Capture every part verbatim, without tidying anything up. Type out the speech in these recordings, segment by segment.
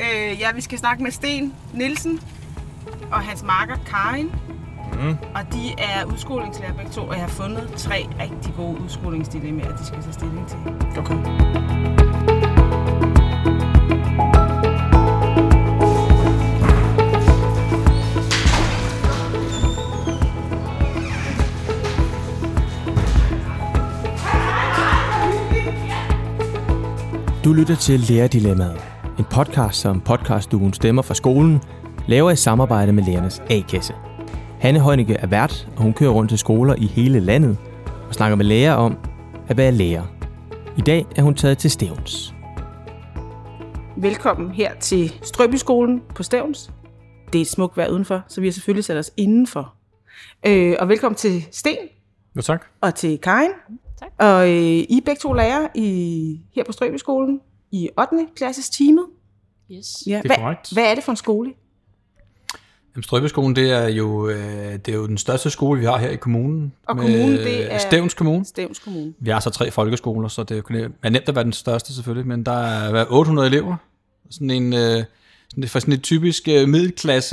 Øh, ja, vi skal snakke med Sten Nielsen og hans makker Karin. Mm. Og de er udskolingslærer begge to, og jeg har fundet tre rigtig gode udskolingsdilemmaer, de skal tage stilling til. Okay. Du lytter til Lærerdilemmaet, en podcast, som podcastduoen Stemmer fra skolen laver i samarbejde med Lærernes A-kasse. Hanne Højnicke er vært, og hun kører rundt til skoler i hele landet og snakker med lærere om at være lærer. I dag er hun taget til Stevns. Velkommen her til Strøbyskolen på Stevns. Det er et smukt vejr udenfor, så vi har selvfølgelig sat os indenfor. Øh, og velkommen til Sten. Jo, tak. Og til Karin. Tak. Og øh, I er begge to lærere i, her på Strøbyskolen i ottende klasses teamet. Yes. Ja. Det er korrekt. Hvad, hvad er det for en skole? Jamen, Strøbyskolen, det er jo øh, det er jo den største skole, vi har her i kommunen. Og kommunen, det er Stevns Kommune. Stevns Kommune. Vi har så tre folkeskoler, så det er nemt at være den største selvfølgelig, men der er otte hundrede elever. Sådan en øh, sådan for sådan et typisk øh, middelklasse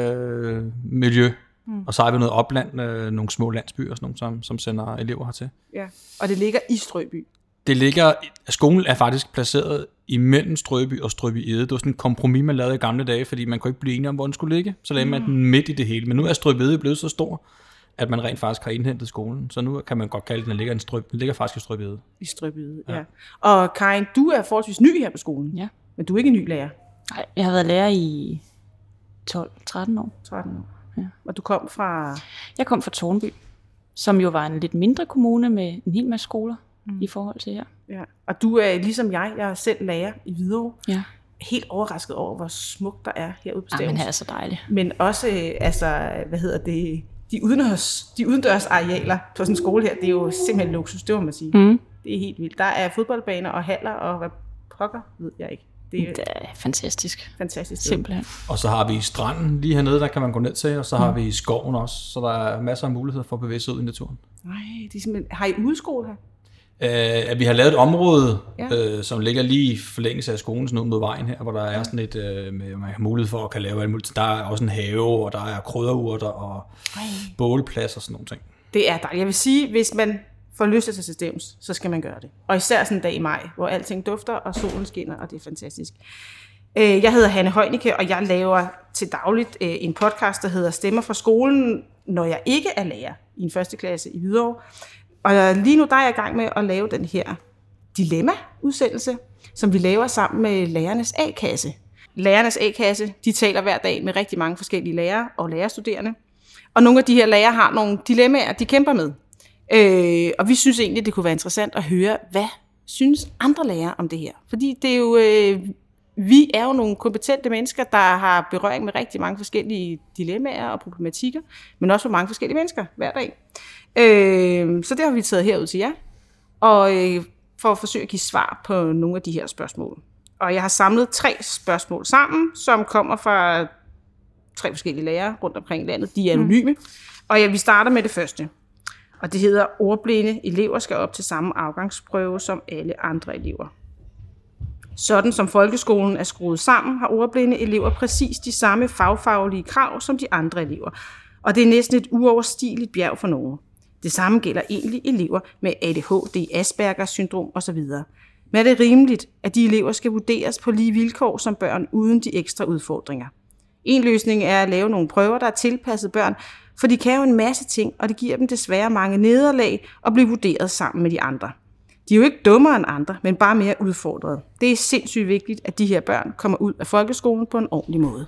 øh, miljø. Mm. Og så har vi noget opland, øh, nogle små landsbyer, og sådan nogle, som, som sender elever hertil. Ja, og det ligger i Strøby. Det ligger, skolen er faktisk placeret imellem Strøby og Strøby Ede. Det var sådan en kompromis, man lavede i gamle dage, fordi man kunne ikke blive enige om, hvor den skulle ligge. Så lagde man den midt i det hele. Men nu er Strøby Ede blevet så stor, at man rent faktisk har indhentet skolen. Så nu kan man godt kalde den, den ligger, en strøb, den ligger faktisk i Strøby Ede. I Strøby Ede, ja. ja. Og Karin, du er forholdsvis ny her på skolen. Ja. Men du er ikke ny lærer. Nej, jeg har været lærer i tolv tretten år. tretten år. Ja. Og du kom fra? Jeg kom fra Tårnby, som jo var en lidt mindre kommune med en hel masse skoler mm. i forhold til her. Ja. Og du er ligesom jeg, jeg er selv lærer i Hvidovre. Ja. Helt overrasket over, hvor smukt der er herude på Stevns. Ja, men her er så dejligt. Men også, altså, hvad hedder det, de udendørs, de udendørs arealer på sådan en skole her, det er jo simpelthen luksus, det må man sige. Mm. Det er helt vildt. Der er fodboldbaner og haller og hvad pokker, ved jeg ikke. Det er, det er fantastisk. Fantastisk. Simpelthen. Og så har vi stranden lige hernede, der kan man gå ned til, og så har mm. vi skoven også, så der er masser af muligheder for at bevæge sig ud i naturen. Nej, det er simpelthen... Har I udeskole her? Uh, at vi har lavet et område, ja. uh, som ligger lige i forlængelse af skolen, sådan ud mod vejen her, hvor der er sådan et, uh, med, man har mulighed for at kan lave alt muligt. Der er også en have, og der er krydderurter og Ej. bålplads og sådan nogle ting. Det er dejligt. Jeg vil sige, hvis man får lyst til at til Stevns, så skal man gøre det. Og især sådan en dag i maj, hvor alting dufter, og solen skinner, og det er fantastisk. Jeg hedder Hanne Højnicke, og jeg laver til dagligt en podcast, der hedder Stemmer fra skolen, når jeg ikke er lærer i en første klasse i Hvidovre. Og lige nu der er jeg i gang med at lave den her dilemma-udsendelse, som vi laver sammen med Lærernes A-kasse. Lærernes A-kasse, de taler hver dag med rigtig mange forskellige lærere og lærerstuderende. Og nogle af de her lærere har nogle dilemmaer, de kæmper med. Øh, og vi synes egentlig, det kunne være interessant at høre, hvad synes andre lærere om det her? Fordi det er jo, øh, vi er jo nogle kompetente mennesker, der har berøring med rigtig mange forskellige dilemmaer og problematikker, men også for mange forskellige mennesker hver dag. Øh, så det har vi taget herud til jer, og øh, for at forsøge at give svar på nogle af de her spørgsmål. Og jeg har samlet tre spørgsmål sammen, som kommer fra tre forskellige lærere rundt omkring i landet. De er anonyme, mm. og ja, vi starter med det første. Og det hedder, ordblinde elever skal op til samme afgangsprøve som alle andre elever. Sådan som folkeskolen er skruet sammen, har ordblinde elever præcis de samme fagfaglige krav som de andre elever. Og det er næsten et uoverstigeligt bjerg for nogen. Det samme gælder egentlig elever med A D H D, Aspergers syndrom osv. Men er det rimeligt, at de elever skal vurderes på lige vilkår som børn uden de ekstra udfordringer? En løsning er at lave nogle prøver, der er tilpasset børn, for de kan jo en masse ting, og det giver dem desværre mange nederlag at blive vurderet sammen med de andre. De er jo ikke dummere end andre, men bare mere udfordrede. Det er sindssygt vigtigt, at de her børn kommer ud af folkeskolen på en ordentlig måde.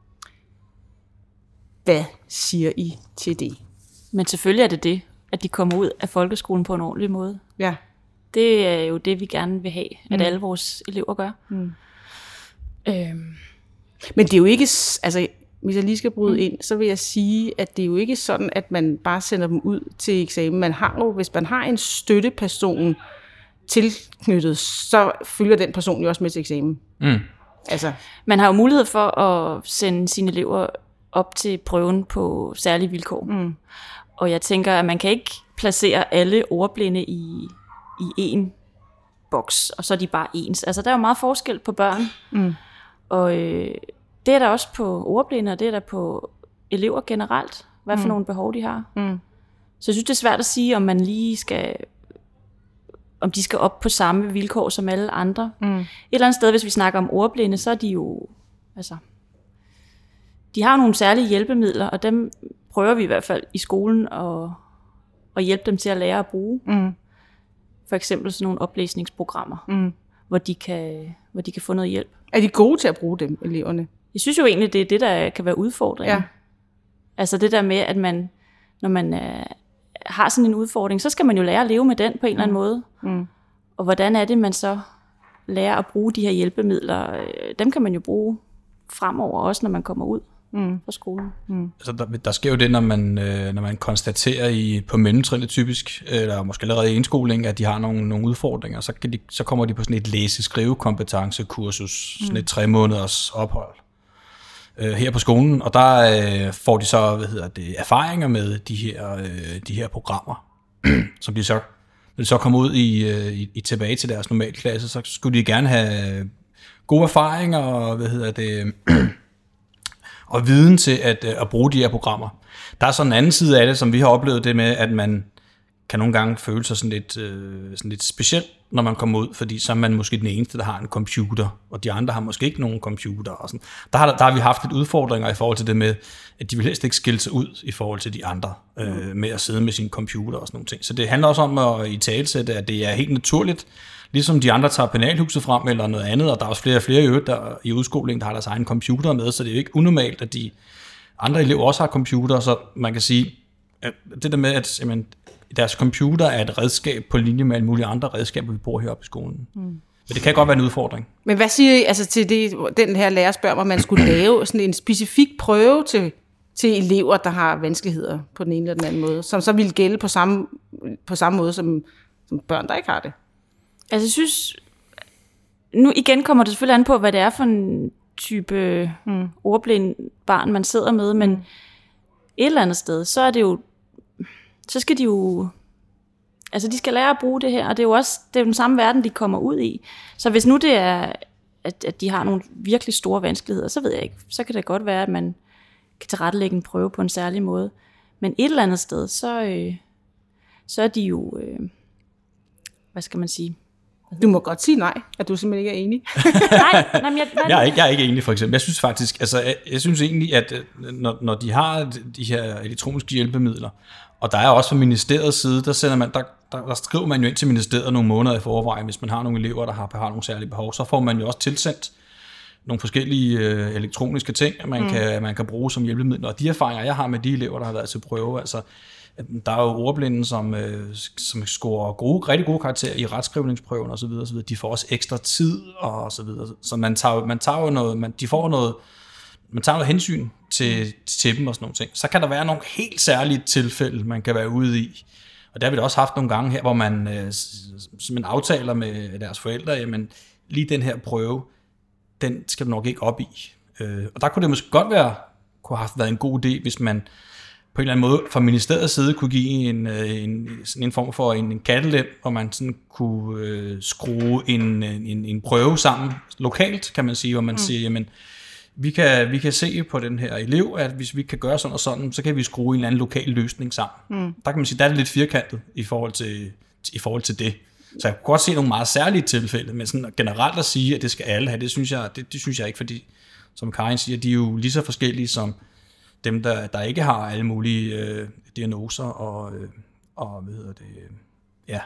Hvad siger I til det? Men selvfølgelig er det det, at de kommer ud af folkeskolen på en ordentlig måde. Ja. Det er jo det, vi gerne vil have, at mm. alle vores elever gør. Mm. Øhm. Men det er jo ikke, altså hvis jeg lige skal bryde mm. ind, så vil jeg sige, at det er jo ikke sådan, at man bare sender dem ud til eksamen. Man har jo, hvis man har en støtteperson tilknyttet, så følger den person jo også med til eksamen. Mm. Altså. Man har jo mulighed for at sende sine elever op til prøven på særlige vilkår. Mm. Og jeg tænker, at man kan ikke placere alle ordblinde i, i én boks, og så er de bare ens. Altså, der er jo meget forskel på børn. Mm. Og øh, det er der også på ordblinde, og det er der på elever generelt, hvad for mm. nogle behov de har. Mm. Så jeg synes, det er svært at sige, om man lige skal, om de skal op på samme vilkår som alle andre. Mm. Et eller andet sted, hvis vi snakker om ordblinde, så er de jo, altså, de har nogle særlige hjælpemidler, og dem prøver vi i hvert fald i skolen at, at hjælpe dem til at lære at bruge. Mm. For eksempel sådan nogle oplæsningsprogrammer, mm. hvor, de kan, hvor de kan få noget hjælp. Er de gode til at bruge dem, eleverne? Jeg synes jo egentlig, det er det, der kan være udfordringen. Ja. Altså det der med, at man, når man øh, har sådan en udfordring, så skal man jo lære at leve med den på en mm. eller anden måde. Mm. Og hvordan er det, man så lærer at bruge de her hjælpemidler? Dem kan man jo bruge fremover, også når man kommer ud mm. fra skolen. Mm. Altså, der, der sker jo det, når man, øh, når man konstaterer i, på mellemtrinnet typisk, eller måske allerede i indskoling, at de har nogle, nogle udfordringer, så, kan de, så kommer de på sådan et læse-skrive-kompetencekursus, mm. sådan et tre måneders ophold øh, her på skolen, og der øh, får de så hvad hedder det, erfaringer med de her, øh, de her programmer, som de så, når de så kommer ud i, øh, i tilbage til deres normalklasse, så skulle de gerne have gode erfaringer og hvad hedder det og viden til at, at bruge de her programmer. Der er sådan en anden side af det, som vi har oplevet det med, at man kan nogle gange føle sig sådan lidt, øh, sådan lidt specielt, når man kommer ud, fordi så er man måske den eneste, der har en computer, og de andre har måske ikke nogen computer. Og sådan. Der, har, der har vi haft lidt udfordringer i forhold til det med, at de vil helst ikke skille sig ud i forhold til de andre, øh, med at sidde med sin computer og sådan nogle ting. Så det handler også om at italesætte, at det er helt naturligt, ligesom de andre tager penalhuset frem eller noget andet, og der er også flere og flere i øvrigt, der i udskolingen, der har deres egen computer med, så det er jo ikke unormalt, at de andre elever også har computer, så man kan sige, at det der med, at jamen, deres computer er et redskab på linje med alle mulige andre redskaber, vi bruger heroppe i skolen. Mm. Men det kan godt være en udfordring. Men hvad siger I altså til det, den her lærer spørger mig, om man skulle lave sådan en specifik prøve til, til elever, der har vanskeligheder på den ene eller den anden måde, som så ville gælde på samme, på samme måde som, som børn, der ikke har det? Altså jeg synes, nu igen kommer det selvfølgelig an på, hvad det er for en type mm. ordblind barn, man sidder med, men mm. et eller andet sted, så er det jo, så skal de jo, altså de skal lære at bruge det her, og det er jo også, det er jo den samme verden, de kommer ud i. Så hvis nu det er, at, at de har nogle virkelig store vanskeligheder, så ved jeg ikke, så kan det godt være, at man kan tilrettelægge en prøve på en særlig måde. Men et eller andet sted, så, øh, så er de jo, øh, hvad skal man sige? Du må godt sige nej, at du simpelthen ikke er enig. nej, nej, men jeg, jeg, er ikke, jeg er ikke enig, for eksempel. Jeg synes faktisk, altså, jeg, jeg synes egentlig, at når, når de har de her elektroniske hjælpemidler, og der er også fra ministeriets side, der, sender man, der, der, der skriver man jo ind til ministeriet nogle måneder i forvejen, hvis man har nogle elever, der har, har nogle særlige behov, så får man jo også tilsendt nogle forskellige øh, elektroniske ting, man, mm. kan, man kan bruge som hjælpemidler. Og de erfaringer, jeg har med de elever, der har været til prøve, altså, der er jo ordblinde, som, øh, som scorer gode, rigtig gode karakterer i retskrivningsprøven og så videre, og så videre. De får også ekstra tid og så videre. Så man tager, man tager jo noget, man, de får noget, man tager noget hensyn til, til dem og sådan nogle ting. Så kan der være nogle helt særlige tilfælde, man kan være ude i. Og der har vi da også haft nogle gange her, hvor man øh, simpelthen aftaler med deres forældre, jamen lige den her prøve, den skal du nok ikke op i. Øh, og der kunne det måske godt være, kunne have været en god idé, hvis man på en eller anden måde fra ministeriets side kunne give en, en, sådan en form for en, en kattelem, hvor man sådan kunne øh, skrue en, en, en prøve sammen lokalt, kan man sige, hvor man mm. siger, jamen, vi kan, vi kan se på den her elev, at hvis vi kan gøre sådan og sådan, så kan vi skrue en eller anden lokal løsning sammen. Mm. Der kan man sige, der er det lidt firkantet i forhold til, i forhold til det. Så jeg kan godt se nogle meget særlige tilfælde, men sådan generelt at sige, at det skal alle have, det synes jeg, det, det synes jeg ikke, fordi som Karin siger, de er jo lige så forskellige som dem, der, der ikke har alle mulige øh, diagnoser og, øh, og hvad hedder det, øh, ja.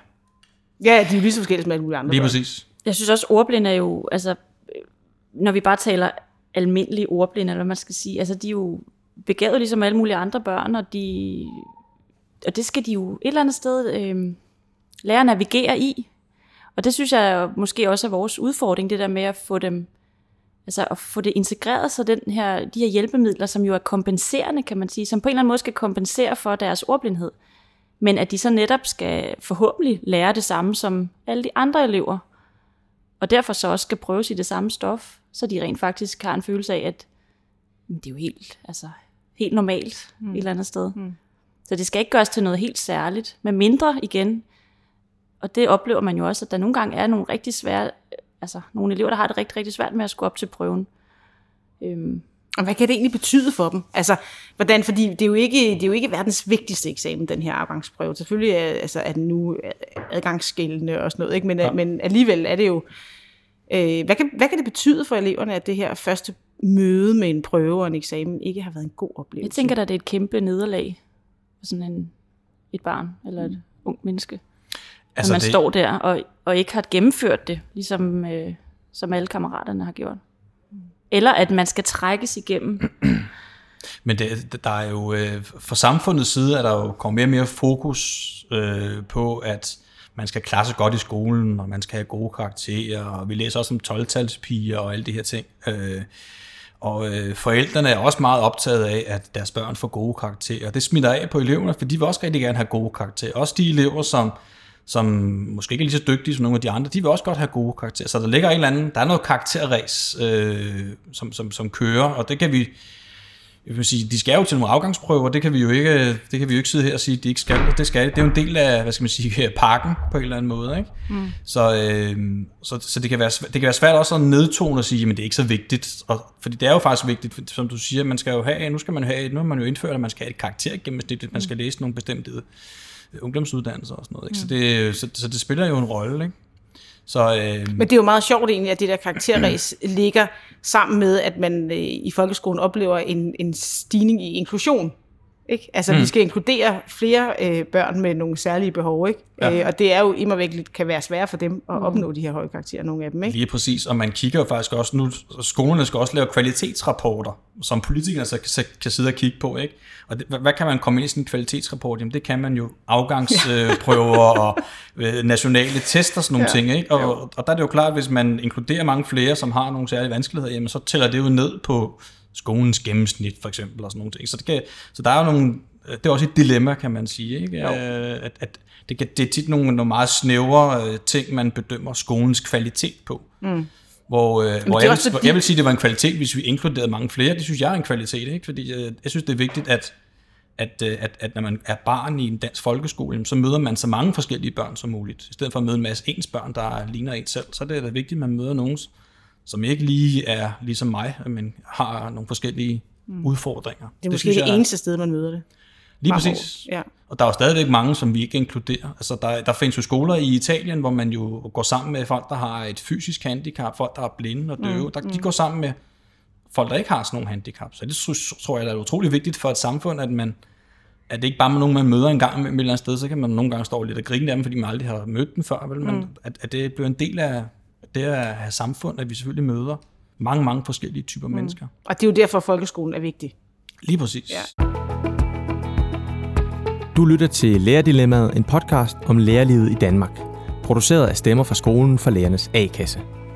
Ja, de er jo lige så forskellige som alle mulige andre. Lige præcis. Jeg synes også, ordblinde er jo, altså, når vi bare taler almindelige ordblinde, eller hvad man skal sige, altså de er jo begavet ligesom alle mulige andre børn, og, de, og det skal de jo et eller andet sted øh, lære at navigere i. Og det synes jeg måske også er vores udfordring, det der med at få dem, altså at få det integreret, så den her, de her hjælpemidler, som jo er kompenserende, kan man sige, som på en eller anden måde skal kompensere for deres ordblindhed, men at de så netop skal forhåbentlig lære det samme som alle de andre elever, og derfor så også skal prøves i det samme stof, så de rent faktisk har en følelse af, at det er jo helt, altså, helt normalt mm. et eller andet sted. Mm. Så det skal ikke gøres til noget helt særligt, med mindre igen, og det oplever man jo også, at der nogle gange er nogle rigtig svære, altså nogle elever, der har det rigtig, rigtig svært med at skulle op til prøven. Øhm. Og hvad kan det egentlig betyde for dem? Altså, hvordan, fordi det er, jo ikke, det er jo ikke verdens vigtigste eksamen, den her afgangsprøve. Selvfølgelig er, altså, er den nu adgangsskillende og sådan noget, ikke? Men, ja. men alligevel er det jo... Øh, hvad, kan, hvad kan det betyde for eleverne, at det her første møde med en prøve og en eksamen ikke har været en god oplevelse? Jeg tænker, at det er et kæmpe nederlag for sådan en, et barn eller et mm. ungt menneske. Altså, at man det... står der og, og ikke har gennemført det, ligesom øh, som alle kammeraterne har gjort. Eller at man skal trækkes igennem. Men det, der er jo, øh, fra samfundets side er der jo kommet mere og mere fokus øh, på, at man skal klare sig godt i skolen, og man skal have gode karakterer, og vi læser også om tolv-talspiger og alle de her ting. Øh, og øh, forældrene er også meget optaget af, at deres børn får gode karakterer. Det smitter af på eleverne, for de vil også rigtig gerne have gode karakterer. Også de elever, som, som måske ikke er lige så dygtige som nogle af de andre, de vil også godt have gode karakterer. Så der ligger en eller anden, der er noget karakterræs, øh, som, som, som kører, og det kan vi... Jeg vil sige, de skal jo til nogle afgangsprøver, det kan vi jo ikke, det kan vi jo ikke sidde her og sige, at de ikke skal. Det skal det er jo en del af, hvad skal man sige, pakken på en eller anden måde, ikke? Mm. Så, øh, så, så det kan være det kan være svært også at nedtone og sige, men det er ikke så vigtigt, og, fordi det er jo faktisk vigtigt, for, som du siger, man skal jo have, nu skal man have, nu har man jo indført, at man skal have et karaktergennemsnit, at man skal læse nogle bestemte ungdomsuddannelser og sådan noget, ikke? Så det så, så det spiller jo en rolle, ikke? Så, øh... Men det er jo meget sjovt egentlig, at det der karakterræs ligger sammen med, at man øh, i folkeskolen oplever en, en stigning i inklusion. Ikke? Altså, mm. vi skal inkludere flere øh, børn med nogle særlige behov, ikke? Ja. Øh, og det er jo immervægtigt kan være svært for dem at opnå de her høje karakterer, nogle af dem, ikke? Lige præcis, og man kigger jo faktisk også nu, skolerne skal også lave kvalitetsrapporter, som politikerne så kan, kan sidde og kigge på, ikke? Og det, hvad kan man komme ind i sådan en kvalitetsrapport? Jamen det kan man jo afgangsprøver og øh, nationale tester og sådan nogle ja. ting, ikke? Og, og der er det jo klart, at hvis man inkluderer mange flere, som har nogle særlige vanskeligheder, jamen så tæller det jo ned på skolens gennemsnit for eksempel og sådan nogle ting. Så det kan, så der er jo nogle, det er også et dilemma, kan man sige, ikke? At, at det, kan, det er tit nogle, nogle meget snævre ting, man bedømmer skolens kvalitet på. Mm. Hvor, øh, hvor jeg, vil, hvor jeg vil sige, det var en kvalitet, hvis vi inkluderede mange flere. Det synes jeg er en kvalitet, ikke? Fordi øh, jeg synes, det er vigtigt, at, at, at, at når man er barn i en dansk folkeskole, så møder man så mange forskellige børn som muligt. I stedet for at møde en masse ens børn, der ligner en selv, så er det da vigtigt, at man møder nogen, som ikke lige er ligesom mig, men har nogle forskellige mm. udfordringer. Det er måske det, det jeg, eneste sted, man møder det. Lige præcis. Ja. Og der er jo stadigvæk mange, som vi ikke inkluderer. Altså, der, der findes jo skoler i Italien, hvor man jo går sammen med folk, der har et fysisk handicap, folk, der er blinde og døve. Mm. Der, de går sammen med folk, der ikke har sådan nogle handicap. Så det tror jeg, der er utrolig vigtigt for et samfund, at man at det ikke bare er nogen, man møder en gang med et eller andet sted, så kan man nogle gange stå lidt og grine af dem, fordi man aldrig har mødt dem før. Vel? Men mm. at, at det bliver en del af det at have samfund, at vi selvfølgelig møder mange, mange forskellige typer mm. mennesker. Og det er jo derfor, at folkeskolen er vigtig. Lige præcis. Ja. Du lytter til Lærerdilemmaet, en podcast om lærerlivet i Danmark. Produceret af Stemmer fra Skolen for Lærernes A-kasse.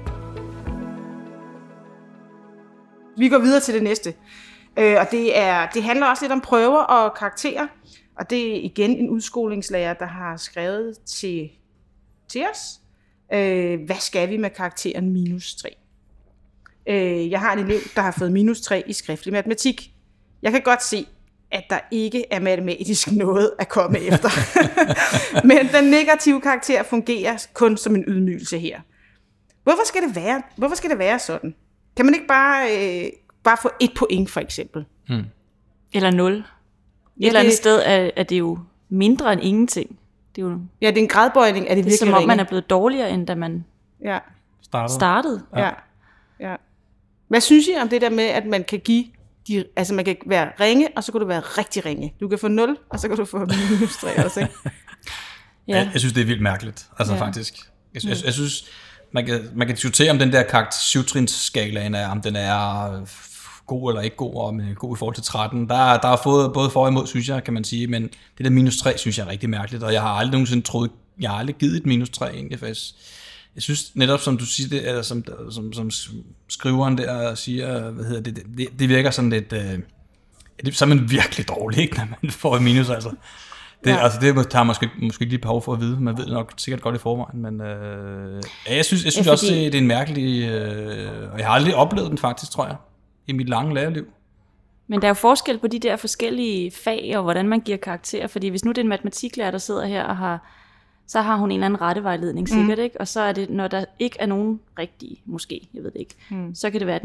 Vi går videre til det næste. Øh, og det, er, det handler også lidt om prøver og karakterer. Og det er igen en udskolingslærer, der har skrevet til, til os. Øh, hvad skal vi med karakteren minus tre? Øh, jeg har en elev, der har fået minus tre i skriftlig matematik. Jeg kan godt se, at der ikke er matematisk noget at komme efter. Men den negative karakter fungerer kun som en ydmygelse her. Hvorfor skal det være, hvorfor skal det være sådan? Kan man ikke bare, øh, bare få et point, for eksempel? Hmm. Eller nul. Et ja, eller andet det, sted er, er det jo mindre end ingenting. Det er jo, ja, det er en gradbøjning. Er det, det er som om, man er blevet dårligere, end da man ja. startede. startede. Ja. Ja. Hvad synes I om det der med, at man kan give De, altså man kan være ringe, og så kan du være rigtig ringe. Du kan få nul, og så kan du få minus tre også, ikke? Ja. Jeg, jeg synes, det er vildt mærkeligt, altså ja. faktisk. Jeg, jeg, jeg synes, man kan, man kan diskutere, om den der karakter syv-trinsskalaen er, om den er god eller ikke god, og om den er god i forhold til tretten. Der, der er fået både for og imod, synes jeg, kan man sige, men det der minus tre, synes jeg er rigtig mærkeligt, og jeg har aldrig nogensinde troet, jeg har aldrig givet et minus tre, egentlig, faktisk. Jeg synes netop, som du siger, det, eller som, som, som skriveren der siger, hvad hedder det, det, det virker sådan lidt, øh, det, så er man virkelig dårlig, ikke, når man får et minus, altså. Det, ja. altså, det har man måske, måske ikke lige behov for at vide, man ved nok sikkert godt i forvejen, men øh, jeg synes, jeg synes ja, fordi... også, det er en mærkelig, øh, og jeg har aldrig oplevet den faktisk, tror jeg, i mit lange lærerliv. Men der er jo forskel på de der forskellige fag, og hvordan man giver karakterer, fordi hvis nu det er en matematiklærer, der sidder her og har så har hun en eller anden rettevejledning sikkert, mm. ikke? Og så er det, når der ikke er nogen rigtige, måske, jeg ved det ikke, mm. så kan det være, at den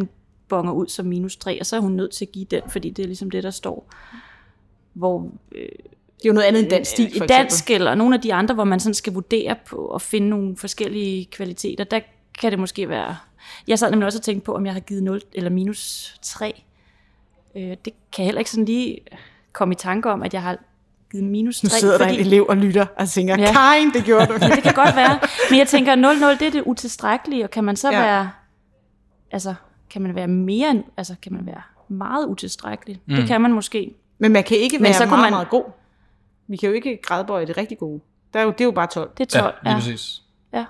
bonger ud som minus tre, og så er hun nødt til at give den, fordi det er ligesom det, der står. Hvor, øh, det er jo noget andet end dansk stil, for eksempel. Dansk eller nogle af de andre, hvor man sådan skal vurdere på og finde nogle forskellige kvaliteter, der kan det måske være... Jeg sad nemlig også og tænkte på, om jeg har givet nul eller minus tre. Øh, det kan jeg heller ikke sådan lige komme i tanke om, at jeg har givet minus tre. Nu sidder fordi... der en elev og lytter og tænker, ja. Karin, det gjorde du. Ja, det kan godt være. Men jeg tænker, nul nul, det er det utilstrækkelige, og kan man så ja. være... Altså, kan man være mere end... Altså, kan man være meget utilstrækkelig? Mm. Det kan man måske. Men man kan ikke være så meget, man... meget god. Vi kan jo ikke gradbøje det rigtig gode. Der er jo, det er jo bare tolv. Det er tolv, ja. ja. Lige præcis. Ja.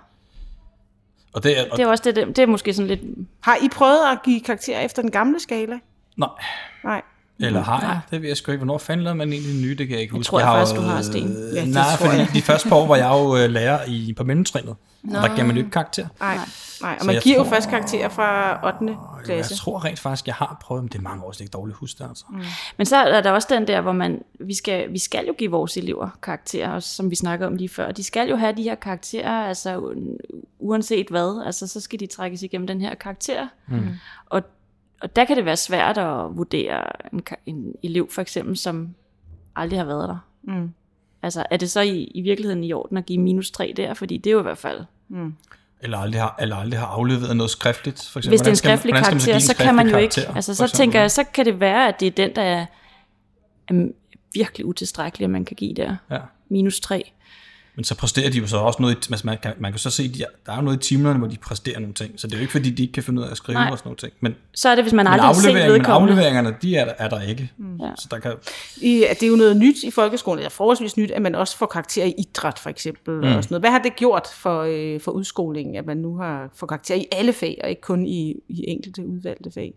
Og det er, og... det er også det, det er måske sådan lidt... Har I prøvet at give karakterer efter den gamle skala? Nej. Nej. Eller har jeg? Det ved jeg sgu ikke. Hvornår fanden lavede man egentlig den nye? Det kan jeg ikke jeg huske. Tror jeg, jeg faktisk, har, du har, Sten. Ja, nej, fordi jeg. de første par år var jeg jo øh, lærer i, på mellemtrinnet. Og der gav man jo ikke karakter. Nej, nej. Og Så man jeg giver tror, jo først karakterer fra ottende klasse. Jeg tror rent faktisk, jeg har prøvet, men det er mange år, så det er ikke dårligt husk det, altså. Mm. Men så er der også den der, hvor man, vi skal, vi skal jo give vores elever karakterer, også, som vi snakkede om lige før. De skal jo have de her karakterer, altså uanset hvad, altså så skal de trækkes igennem den her karakter. Mm. Og, og der kan det være svært at vurdere en, en elev for eksempel, som aldrig har været der. Mm. Altså er det så i, i virkeligheden i orden at give minus tre der, fordi det er jo i hvert fald... Mm. Eller aldrig, har, eller aldrig har afleveret noget skriftligt, for eksempel. Hvis det er en skriftlig man, karakter, så, så kan man jo karakter, ikke... Altså så tænker jeg, så kan det være, at det er den, der er, er virkelig utilstrækkelig, at man kan give der. Ja. Minus tre. Men så præsterer de jo så også noget, altså man kan, man kan så se, at der er jo noget i timerne, hvor de præsterer nogle ting, så det er jo ikke, fordi de ikke kan finde ud af at skrive og sådan nogle ting. Men, så er det, hvis man aldrig har set vedkommende. Men afleveringerne, de er der, er der ikke. Mm. Ja. Så der kan... I, det er jo noget nyt i folkeskolen, eller forholdsvis nyt, at man også får karakterer i idræt, for eksempel. Mm. Og sådan noget. Hvad har det gjort for, øh, for udskolingen, at man nu har fået karakterer i alle fag, og ikke kun i, i enkelte udvalgte fag?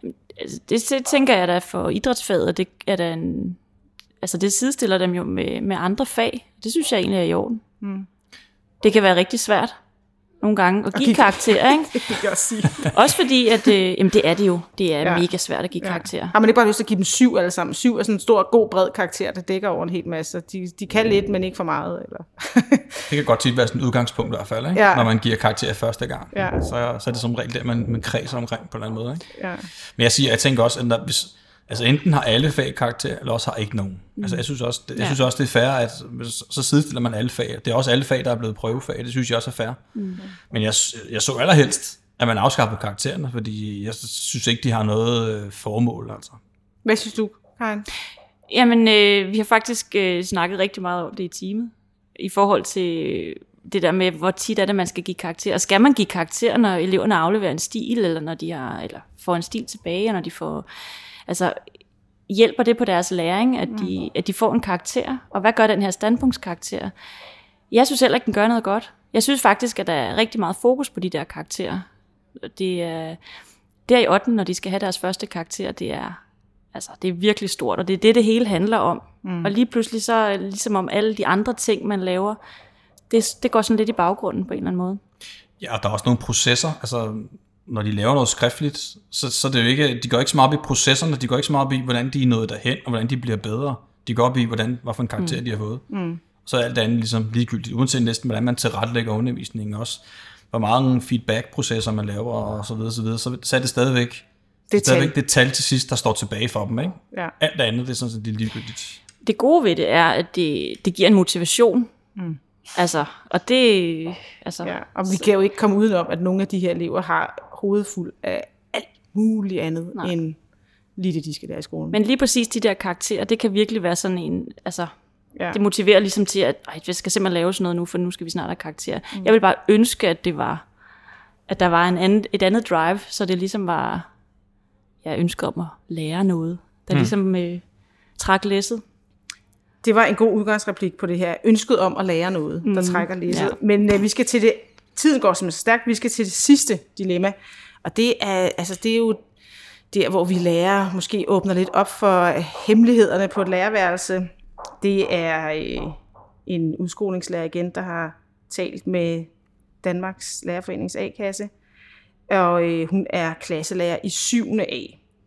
Det, det tænker jeg da for idrætsfaget, det er da en... Altså det sidestiller dem jo med, med andre fag. Det synes jeg egentlig er i orden. Mm. Det kan være rigtig svært nogle gange at give okay. karakterer, ikke? Det kan jeg også sige. Også fordi, at øh, jamen det er det jo. Det er ja. mega svært at give ja. karakterer. Har man ikke bare lyst til at give dem syv alle sammen? Syv er sådan en stor, god, bred karakter, der dækker over en hel masse. De, de kan lidt, men ikke for meget. Eller? Det kan godt tit være sådan et udgangspunkt i hvert fald, ikke? Ja. Når man giver karakterer første gang. Ja. Så, så er det som regel der, man, man kredser omkring på en eller anden måde. Ikke? Ja. Men jeg siger, jeg tænker også, at der, hvis... Altså enten har alle fag karakter, eller også har ikke nogen. Mm. Altså jeg synes også, det, jeg ja. synes også det er fair, at så sidestiller man alle fag. Det er også alle fag, der er blevet prøvefag. Det synes jeg også er fair. Mm. Men jeg, jeg så allerhelst, at man afskaffer karaktererne, fordi jeg synes ikke, de har noget formål. Altså. Hvad synes du, Karin? Jamen, øh, vi har faktisk øh, snakket rigtig meget om det i teamet. I forhold til det der med, hvor tit er det, man skal give karakter. Skal man give karakter, når eleverne afleverer en stil, eller når de har, eller får en stil tilbage, og når de får... Altså, hjælper det på deres læring, at de, at de får en karakter? Og hvad gør den her standpunktskarakter? Jeg synes heller ikke, den gør noget godt. Jeg synes faktisk, at der er rigtig meget fokus på de der karakterer. Det er, der i ottende, når de skal have deres første karakter, det er, altså, det er virkelig stort, og det er det, det hele handler om. Mm. Og lige pludselig så, ligesom om alle de andre ting, man laver, det, det går sådan lidt i baggrunden på en eller anden måde. Ja, og der er også nogle processer, altså... Når de laver noget skriftligt, så, så det er jo ikke, de går ikke så meget op i processerne, de går ikke så meget op i, hvordan de er nået derhen, og hvordan de bliver bedre. De går op i, hvordan, hvad for en karakter mm. de har fået. Mm. Så er alt andet ligesom ligegyldigt, uanset næsten, hvordan man tilrettelægger undervisningen også. Hvor mange feedback-processer man laver, og så videre, så videre, så, så er det stadigvæk det, stadigvæk det tal til sidst, der står tilbage for dem. Ikke? Ja. Alt andet, det er sådan, så det er ligegyldigt. Det gode ved det er, at det, det giver en motivation. Mm. Altså, og det... Altså, ja, og vi kan jo ikke komme udenom, at nogle af de her elever har hovedet fuld af alt muligt andet, nej. End lige det, de skal lære i skolen. Men lige præcis de der karakterer, det kan virkelig være sådan en... Altså, ja. Det motiverer ligesom til, at ej, jeg skal simpelthen lave sådan noget nu, for nu skal vi snart have karakterer. Mm. Jeg vil bare ønske, at det var... At der var en anden, et andet drive, så det ligesom var... Jeg ønsker om at lære noget, der mm. ligesom øh, trak læsset. Det var en god udgangsreplik på det her. Ønsket om at lære noget, der mm. trækker læsset. Ja. Men øh, vi skal til det... Tiden går simpelthen stærkt. Vi skal til det sidste dilemma. Og det er, altså, det er jo der, hvor vi lærer, måske åbner lidt op for hemmelighederne på et lærerværelse. Det er øh, en udskolingslærer igen, der har talt med Danmarks Lærerforenings A-kasse. Og øh, hun er klasselærer i syvende A,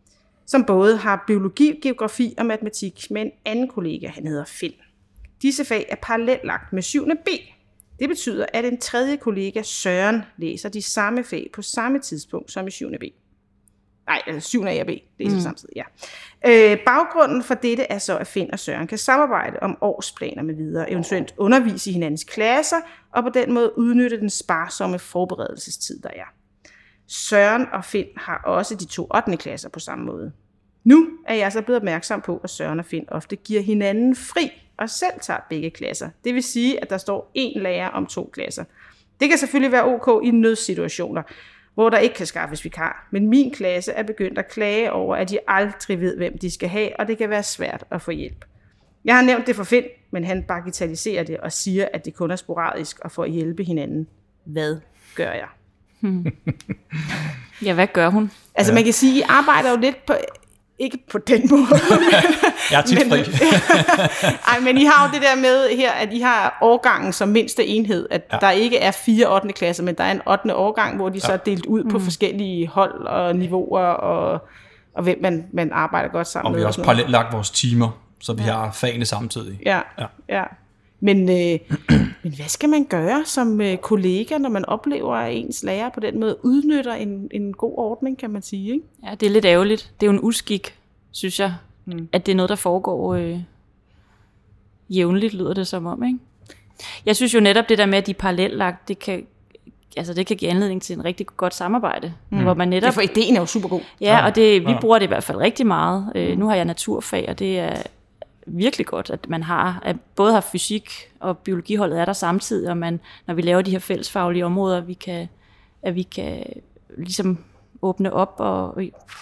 som både har biologi, geografi og matematik med en anden kollega, han hedder Finn. Disse fag er parallellagt med syvende B. Det betyder, at en tredje kollega, Søren, læser de samme fag på samme tidspunkt som i syvende B. Nej, altså syvende A og B. Det er mm. samtidig, ja. Øh, baggrunden for dette er så, at Finn og Søren kan samarbejde om årsplaner med videre, eventuelt undervise i hinandens klasser, og på den måde udnytte den sparsomme forberedelsestid, der er. Søren og Finn har også de to ottende klasser på samme måde. Nu er jeg så blevet opmærksom på, at Søren og Finn ofte giver hinanden fri og selv tager begge klasser. Det vil sige, at der står én lærer om to klasser. Det kan selvfølgelig være ok i nødsituationer, hvor der ikke kan skaffes vikar. Men min klasse er begyndt at klage over, at de aldrig ved, hvem de skal have, og det kan være svært at få hjælp. Jeg har nævnt det for Finn, men han bagatelliserer det og siger, at det kun er sporadisk og for at hjælpe hinanden. Hvad gør jeg? Hmm. Ja, hvad gør hun? Altså ja. man kan sige, at I arbejder jo lidt på... Ikke på den måde. Jeg er tit fri. Ej, men I har jo det der med her, at I har årgangen som mindste enhed, at ja. der ikke er fire ottende klasser, men der er en ottende årgang, hvor de ja. så er delt ud på mm. forskellige hold og niveauer, og, og hvem man, man arbejder godt sammen og med. Og vi har også parallelt lagt vores timer, så vi ja. har fagene samtidig. Ja, ja. ja. Men, øh, men hvad skal man gøre som øh, kollega, når man oplever, at ens lærer på den måde udnytter en, en god ordning, kan man sige, ikke? Ja, det er lidt ærgerligt. Det er jo en uskik, synes jeg, mm. at det er noget, der foregår øh, jævnligt, lyder det som om, ikke? Jeg synes jo netop det der med, at de er parallellagt, det kan, altså det kan give anledning til en rigtig godt samarbejde. Mm. Hvor man netop, det for ideen er jo super god. Ja, og det, vi bruger det i hvert fald rigtig meget. Øh, nu har jeg naturfag, og det er virkelig godt, at man har, at både har fysik og biologiholdet er der samtidig, og man, når vi laver de her fællesfaglige områder, vi kan, at vi kan ligesom åbne op og,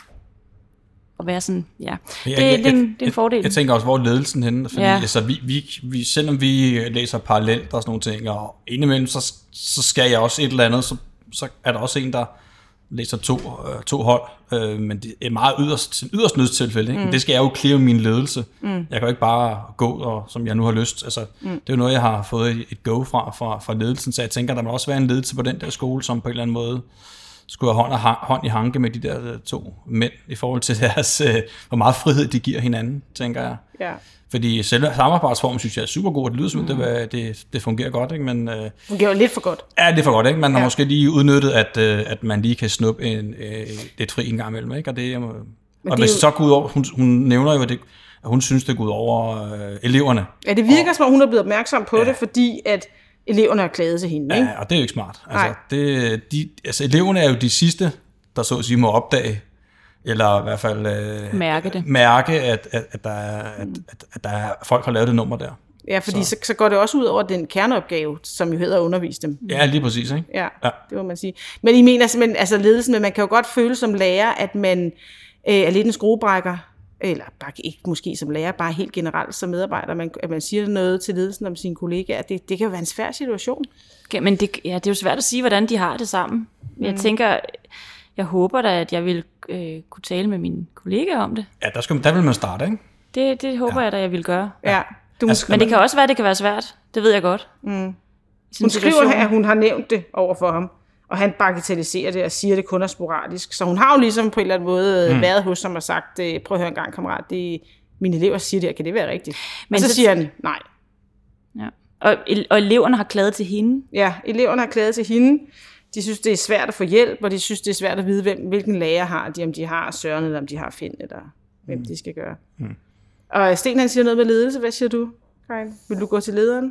og være sådan, ja. Det, jeg, jeg, det, er, en, det er en fordel. Jeg, jeg tænker også, hvor er ledelsen henne? Fordi ja. altså, vi, vi, vi, selvom vi læser parallelt og sådan nogle ting, og indimellem, så, så skal jeg også et eller andet, så, så er der også en, der læser to, øh, to hold, øh, men det er meget yderst, yderst nødstilfælde. Ikke? Mm. Det skal jeg jo clear min ledelse. Mm. Jeg kan jo ikke bare gå, og, som jeg nu har lyst. Altså, mm. Det er jo noget, jeg har fået et go fra, fra, fra ledelsen, så jeg tænker, der må også være en ledelse på den der skole, som på en eller anden måde skulle have hånd, og, hånd i hanke med de der to mænd, i forhold til deres, øh, hvor meget frihed de giver hinanden, tænker jeg. Ja. Fordi selve samarbejdsformen, synes jeg, er super god. Det lyder som, mm. det, det, det fungerer godt, ikke? Men, øh, fungerer jo lidt for godt. Ja, det er for godt, ikke? Man har ja. måske lige udnyttet, at, øh, at man lige kan snuppe en, øh, lidt fri en gang imellem, ikke? Og, det, øh, og det hvis det så går ud over, hun, hun nævner jo, at, det, at hun synes, det går ud over øh, eleverne. Ja, det virker og, som om, hun er blevet opmærksom på ja. det, fordi at eleverne har klaget til hende, ikke? Ja, og det er jo ikke smart. Altså, det, de, altså eleverne er jo de sidste, der så at sige må opdage, eller i hvert fald øh, mærke det. Mærke, at, at, at, der er, at, at, at der er, folk har lavet det nummer der. Ja, fordi så. Så, så går det også ud over den kerneopgave, som jo hedder at undervise dem. Ja, lige præcis, ikke? Ja, ja. Det må man sige. Men I mener simpelthen, altså ledelsen, men man kan jo godt føle som lærer, at man øh, er lidt en skruebrækker, eller bare ikke måske som lærer, bare helt generelt som medarbejder, man, at man siger noget til ledelsen om sine kollegaer, det, det kan jo være en svær situation. Okay, men det, ja, det er jo svært at sige, hvordan de har det sammen. Mm. Jeg tænker, jeg håber da, at jeg vil øh, kunne tale med mine kollegaer om det. Ja, der, skal, der vil man starte, ikke? Det, det håber ja. jeg da, jeg vil gøre. Ja. Du, altså, men det kan også være, at det kan være svært. Det ved jeg godt. Mm. Hun skriver, at hun har nævnt det over for ham, og han bagatelliserer det og siger, at det kun er sporadisk. Så hun har jo ligesom på en eller anden måde mm. været hos ham og sagt, prøv at høre en gang, kammerat, det, mine elever siger det, kan det være rigtigt? Men og så, så siger han, nej. Ja. Og, og eleverne har klaget til hende? Ja, eleverne har klaget til hende. De synes, det er svært at få hjælp, og de synes, det er svært at vide, hvem, hvilken lærer har de, om de har Søren, eller om de har Finn, eller hvem mm. de skal gøre. Mm. Og Sten, han siger noget med ledelse. Hvad siger du, Karin? Vil du gå til lederen?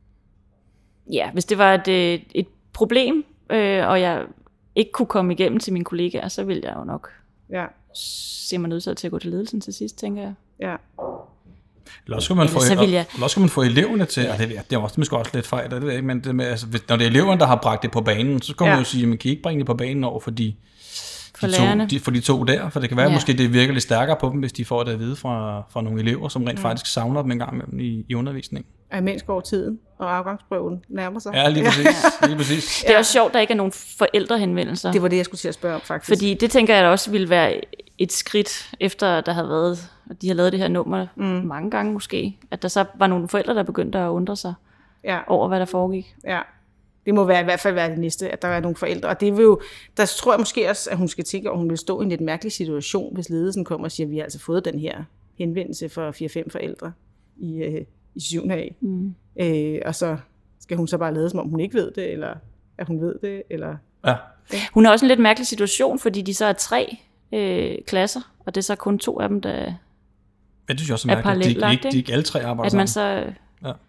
Ja, hvis det var et, et problem, øh, og jeg ikke kunne komme igennem til mine kollegaer, så ville jeg jo nok ja. se mig nødt til at gå til ledelsen til sidst, tænker jeg. Ja. Eller også skal man, få, jeg... eller skal man få eleverne til, ja. og det, det er også, måske også lidt fejl, det ved jeg ikke, men det med, altså, når det er eleverne, der har bragt det på banen, så kan man ja. jo sige, at man kan ikke bringe det på banen over for de, for, de, to, de, for de to der, for det kan være, ja. måske det virker lidt stærkere på dem, hvis de får det at vide fra, fra nogle elever, som rent ja. faktisk savner dem en gang imellem i, i undervisning. Og imens går tiden, og afgangsprøven nærmer sig. Ja, lige præcis. lige præcis. Det er også sjovt, at der ikke er nogen forældrehenvendelser. Det var det, jeg skulle til at spørge om, faktisk. Fordi det tænker jeg da også ville være et skridt, efter der havde været, at de har lavet det her nummer mm. mange gange måske, at der så var nogle forældre, der begyndte at undre sig ja. over, hvad der foregik. Ja, det må være, i hvert fald være det næste, at der er nogle forældre. Og det vil jo, der tror jeg måske også, at hun skal tænke, at hun vil stå i en lidt mærkelig situation, hvis ledelsen kommer og siger, at vi har altså fået den her henvendelse for fire fem forældre i, øh, i syvende A. Mm. Øh, og så skal hun så bare lade, som om hun ikke ved det, eller at hun ved det, eller... Ja. Ja. Hun er også en lidt mærkelig situation, fordi de så er tre øh, klasser, og det er så kun to af dem, der Ja, det synes jeg også er er mærkeligt. De, de, parallellagt, de, de ikke alle tre arbejder at man sammen. så... Ja.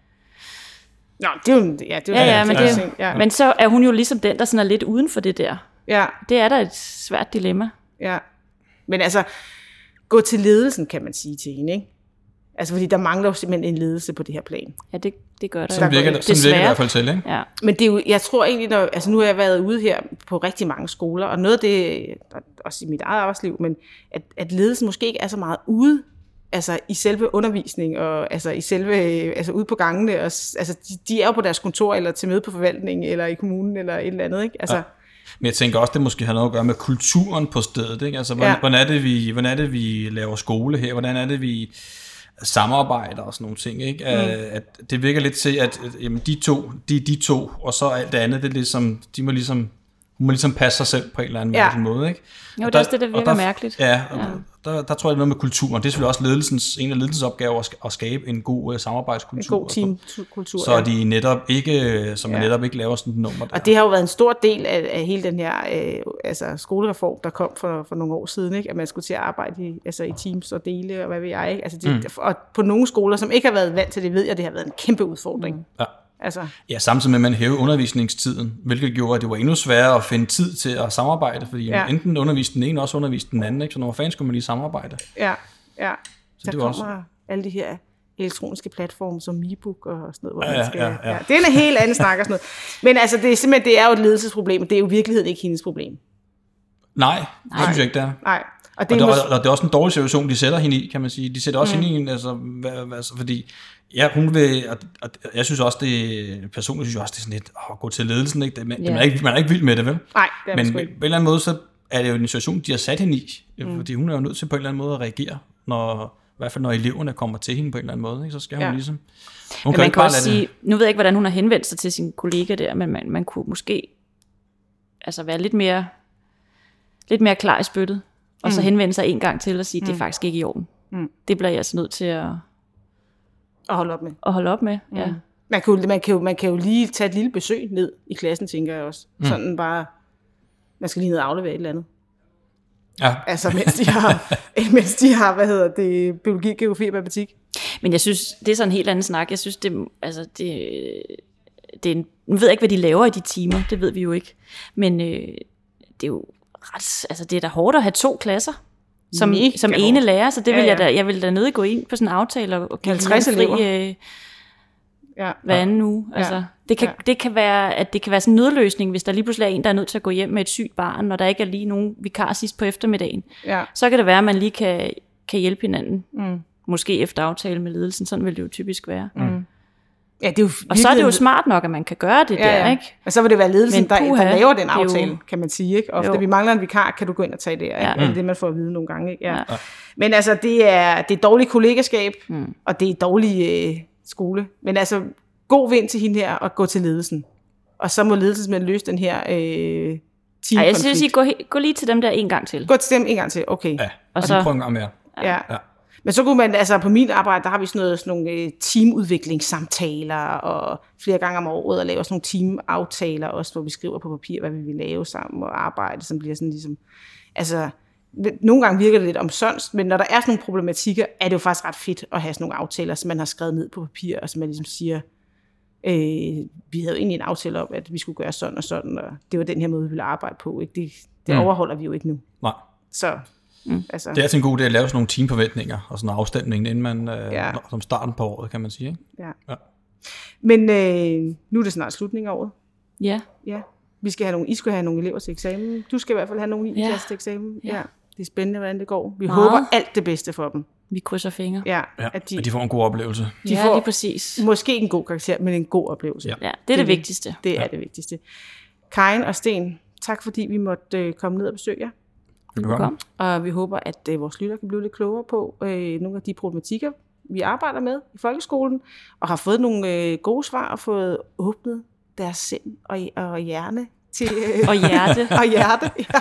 Nå, det er jo, ja, det er jo Ja, ja, men, det, ting. Ja. men så er hun jo ligesom den, der sådan er lidt uden for det der. Ja, Det er da et svært dilemma. ja. Men altså, gå til ledelsen, kan man sige til hende, ikke? Altså, fordi der mangler jo simpelthen en ledelse på det her plan. Ja, det, det gør der. Sådan virker det, sådan virker det i hvert fald til, ikke? Ja. Men det er jo, jeg tror egentlig, når, altså nu har jeg været ude her på rigtig mange skoler, og noget af det, også i mit eget arbejdsliv, men at, at ledelsen måske ikke er så meget ude, altså i selve undervisning, og altså i selve, altså ude på gangene, og, altså de, de er jo på deres kontor, eller til møde på forvaltningen, eller i kommunen, eller et eller andet, ikke? Altså, Ja. Men jeg tænker også, det måske har noget at gøre med kulturen på stedet, ikke? Altså, hvordan, Ja. hvordan, er det, vi, hvordan er det, vi laver skole her? Hvordan er det, vi samarbejder og sådan nogle ting, ikke? Mm. At det virker lidt til, at, at jamen, de to, de de to, og så alt det andet, det er ligesom, de må ligesom, hun må ligesom passe sig selv på en eller anden Ja. måde, ikke? Jo, Og det er også det, der og virker mærkeligt. Ja, og Ja. Der, der, der tror jeg, det er noget med kulturen. Det er selvfølgelig også ledelsens, en af ledelsens opgaver at, sk- at skabe en god uh, samarbejdskultur. en god teamkultur. Så ja. de netop ikke, så man Ja. netop ikke laver sådan et nummer der. Og det har jo været en stor del af, af hele den her øh, altså skolereform, der kom for, for nogle år siden, ikke? At man skulle til at arbejde i, altså i teams og dele, og hvad ved jeg, ikke? Altså det, mm. Og på nogle skoler, som ikke har været vant til det, ved jeg, det har været en kæmpe udfordring. Mm. Ja. Altså, Ja, samtidig med, at man hævede undervisningstiden, hvilket gjorde, at det var endnu sværere at finde tid til at samarbejde, fordi Ja. ja. enten underviste den ene, også underviste den anden, ikke? Så når fanden skulle man lige samarbejde. ja, ja. Så Der det var kommer også- alle de her elektroniske platforme som MeBook og sådan noget, hvor Ja, man ja, skal... ja, ja. Det er en helt anden snak og sådan noget. Men altså, det er simpelthen, det er jo et ledelsesproblem, og det er jo i virkeligheden ikke hendes problem. Nej, det Nej. synes jeg ikke, det er. Nej. Og Og det det, er er, mås- og det er også en dårlig situation, de sætter hende i, kan man sige. De sætter også mm. hende i en, altså, hvad, hvad, altså, fordi, ja, hun vil, og, og jeg synes også, det, personligt synes jeg også, det er sådan lidt, åh, gå til ledelsen, ikke? Det, man, Ja. man, er ikke, man er ikke vild med det, vel? Nej, det er man Men sgu på ikke. en eller anden måde, så er det jo en situation, de har sat hende i, mm. fordi hun er jo nødt til på en eller anden måde at reagere, når, i hvert fald når eleverne kommer til hende på en eller anden måde, ikke? Så skal hun Ja. ligesom... Hun Men jo man ikke kan bare også lade sige, nu ved jeg ikke, hvordan hun har henvendt sig til sin kollega der, men man, man kunne måske altså være lidt mere, lidt mere klar i spyttet, og mm. så henvende sig en gang til og sige, mm. det er faktisk ikke i orden. Mm. Det bliver jeg altså nødt til at, At holde op med. at holde op med. Mm. Ja. Man kan, jo, man, kan jo, man kan jo lige tage et lille besøg ned i klassen, tænker jeg også. Mm. Sådan bare, man skal lige ned og aflevere et eller andet. Ja, Altså, mens de har, mens de har hvad hedder det, biologi, geografi og matematik. Men jeg synes, det er sådan en helt anden snak. Jeg synes, det, altså, det, det er en, nu ved jeg ikke, hvad de laver i de timer, det ved vi jo ikke. Men øh, det er jo ret, altså det er da hårdt at have to klasser som, Mega som hårdt. ene lærer, så det Ja, vil jeg ja. da, jeg vil da nødt gå ind på sådan en aftale og, og give halvtreds hinanden fri elever. øh, Ja. hver anden uge. Ja. Altså, det, kan, Ja. det kan være, at det kan være sådan en nødløsning, hvis der lige pludselig er en, der er nødt til at gå hjem med et sygt barn, og der ikke er lige nogen vikar sidst på eftermiddagen. Ja. Så kan det være, at man lige kan, kan hjælpe hinanden. Mm. Måske efter aftale med ledelsen, sådan vil det jo typisk være. Mm. Ja, det er jo Og så er det jo smart nok, at man kan gøre det ja, der, ja. ikke? Og så vil det være ledelsen, Men der, puha, der laver den det er jo- aftale, kan man sige. Ikke? Ofte, Jo. vi mangler en vikar, kan du gå ind og tage det. Ikke? Ja. Det er det, man får at vide nogle gange. Ikke? Ja. Ja. Men altså, det er, det er dårligt kollegaskab, Mm. og det er dårlig øh, skole. Men altså, god vind til hende her, og gå til ledelsen. Og så må ledelsen simpelthen løse den her øh, Ej, jeg teamkonflikt. synes, sige, gå, he- gå lige til dem der en gang til. Gå til dem en gang til, okay. ja. Og Og så- så prøver en gang mere. Ja. Ja. Men så kunne man, altså på min arbejde, der har vi sådan, noget, sådan nogle øh, teamudviklingssamtaler, og flere gange om året, og laver sådan nogle teamaftaler også, hvor vi skriver på papir, hvad vi vil lave sammen, og arbejde, som bliver sådan ligesom, altså, nogle gange virker det lidt omsonst, men når der er sådan nogle problematikker, er det jo faktisk ret fedt at have sådan nogle aftaler, som man har skrevet ned på papir, og som man ligesom siger, øh, vi havde jo egentlig en aftale om, at vi skulle gøre sådan og sådan, og det var den her måde, vi ville arbejde på, ikke? Det, det Mm. overholder vi jo ikke nu. Nej. Så, mm. altså, Det er altid en god idé at lave sådan nogle teamforventninger og sådan en afstemning, inden man, øh, Ja. som starten på året, kan man sige. Ikke? ja. Ja. Men øh, nu er det snart slutningen af året. Ja. Ja, vi skal have nogle, I skal have nogle elever til eksamen. Du skal i hvert fald have nogle i Ja. klasse til eksamen. Ja. Ja. ja. Det er spændende, hvordan det går. Vi Meget. håber alt det bedste for dem. Vi krydser fingre. Ja, Ja, at de, og de får en god oplevelse. de ja, får lige præcis. måske ikke en god karakter, men en god oplevelse. Ja. Ja, det er det, det vigtigste. Det er ja. det vigtigste. Karin og Sten, tak fordi vi måtte øh, komme ned og besøge jer. Velkommen. Og vi håber, at øh, vores lytter kan blive lidt klogere på øh, nogle af de problematikker, vi arbejder med i folkeskolen, og har fået nogle øh, gode svar og fået åbnet deres sind og, og hjerne til... Øh, Og hjerte. og hjerte, ja.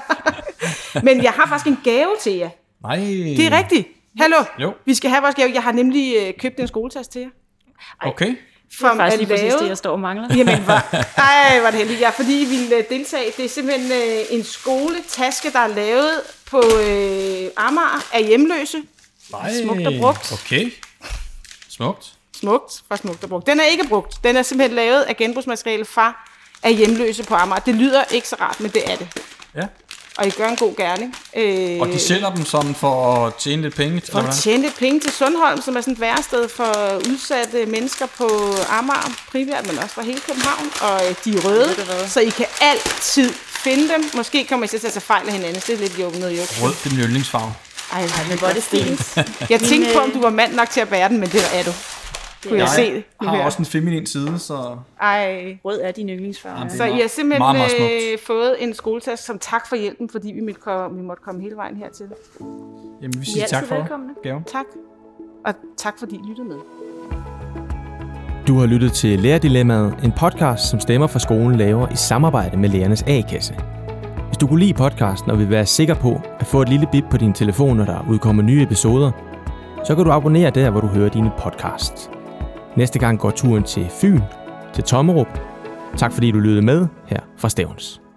Men jeg har faktisk en gave til jer. Nej. Det er rigtigt. Hallo, Jo. vi skal have vores gave. Jeg har nemlig øh, købt en skoletaske til jer. Okay. Det er Som faktisk lige præcis lavet- det, jeg står og mangler. Jamen, hvor, ej, var det heldigt. Ja, fordi I ville øh, deltage. Det er simpelthen øh, en skoletaske, der er lavet på øh, Amager er hjemløse. Nej. Smukt og brugt. Okay. Smukt. Smukt fra Smukt og brugt. Den er ikke brugt. Den er simpelthen lavet af genbrugsmateriale fra af hjemløse på Amager. Det lyder ikke så rart, men det er det. Ja. Og I gør en god gerning. Øh, Og de sælger dem sådan for at tjene lidt penge? For at tjene lidt penge til Sundholm, som er sådan et værested for udsatte mennesker på Amager, primært, men også fra hele København. Og de er røde, så I kan altid finde dem. Måske kommer I til at tage fejl af hinanden. Det er lidt jo noget jo. Rød, det er min yndlingsfarve. Ej, Men hvor er det fint. jeg tænkte på, om du var mand nok til at bære den, men det er du. Kunne jeg se det? Jeg har også en feminin side, så... Ej. Rød er din yndlingsfarve. Så I har simpelthen meget, meget smukt. øh, fået en skoletaske som tak for hjælpen, fordi vi måtte komme, vi måtte komme hele vejen hertil. Jamen, vi I siger er tak altid for velkomne. gaven. Tak. Og tak fordi I lyttede med. Du har lyttet til Lærerdilemmaet, en podcast, som Stemmer fra Skolen laver i samarbejde med Lærernes A-kasse. Hvis du kunne lide podcasten og vil være sikker på at få et lille bip på din telefon, når der udkommer nye episoder, så kan du abonnere der, hvor du hører dine podcasts. Næste gang går turen til Fyn, til Tommerup. Tak fordi du lyttede med her fra Stevns.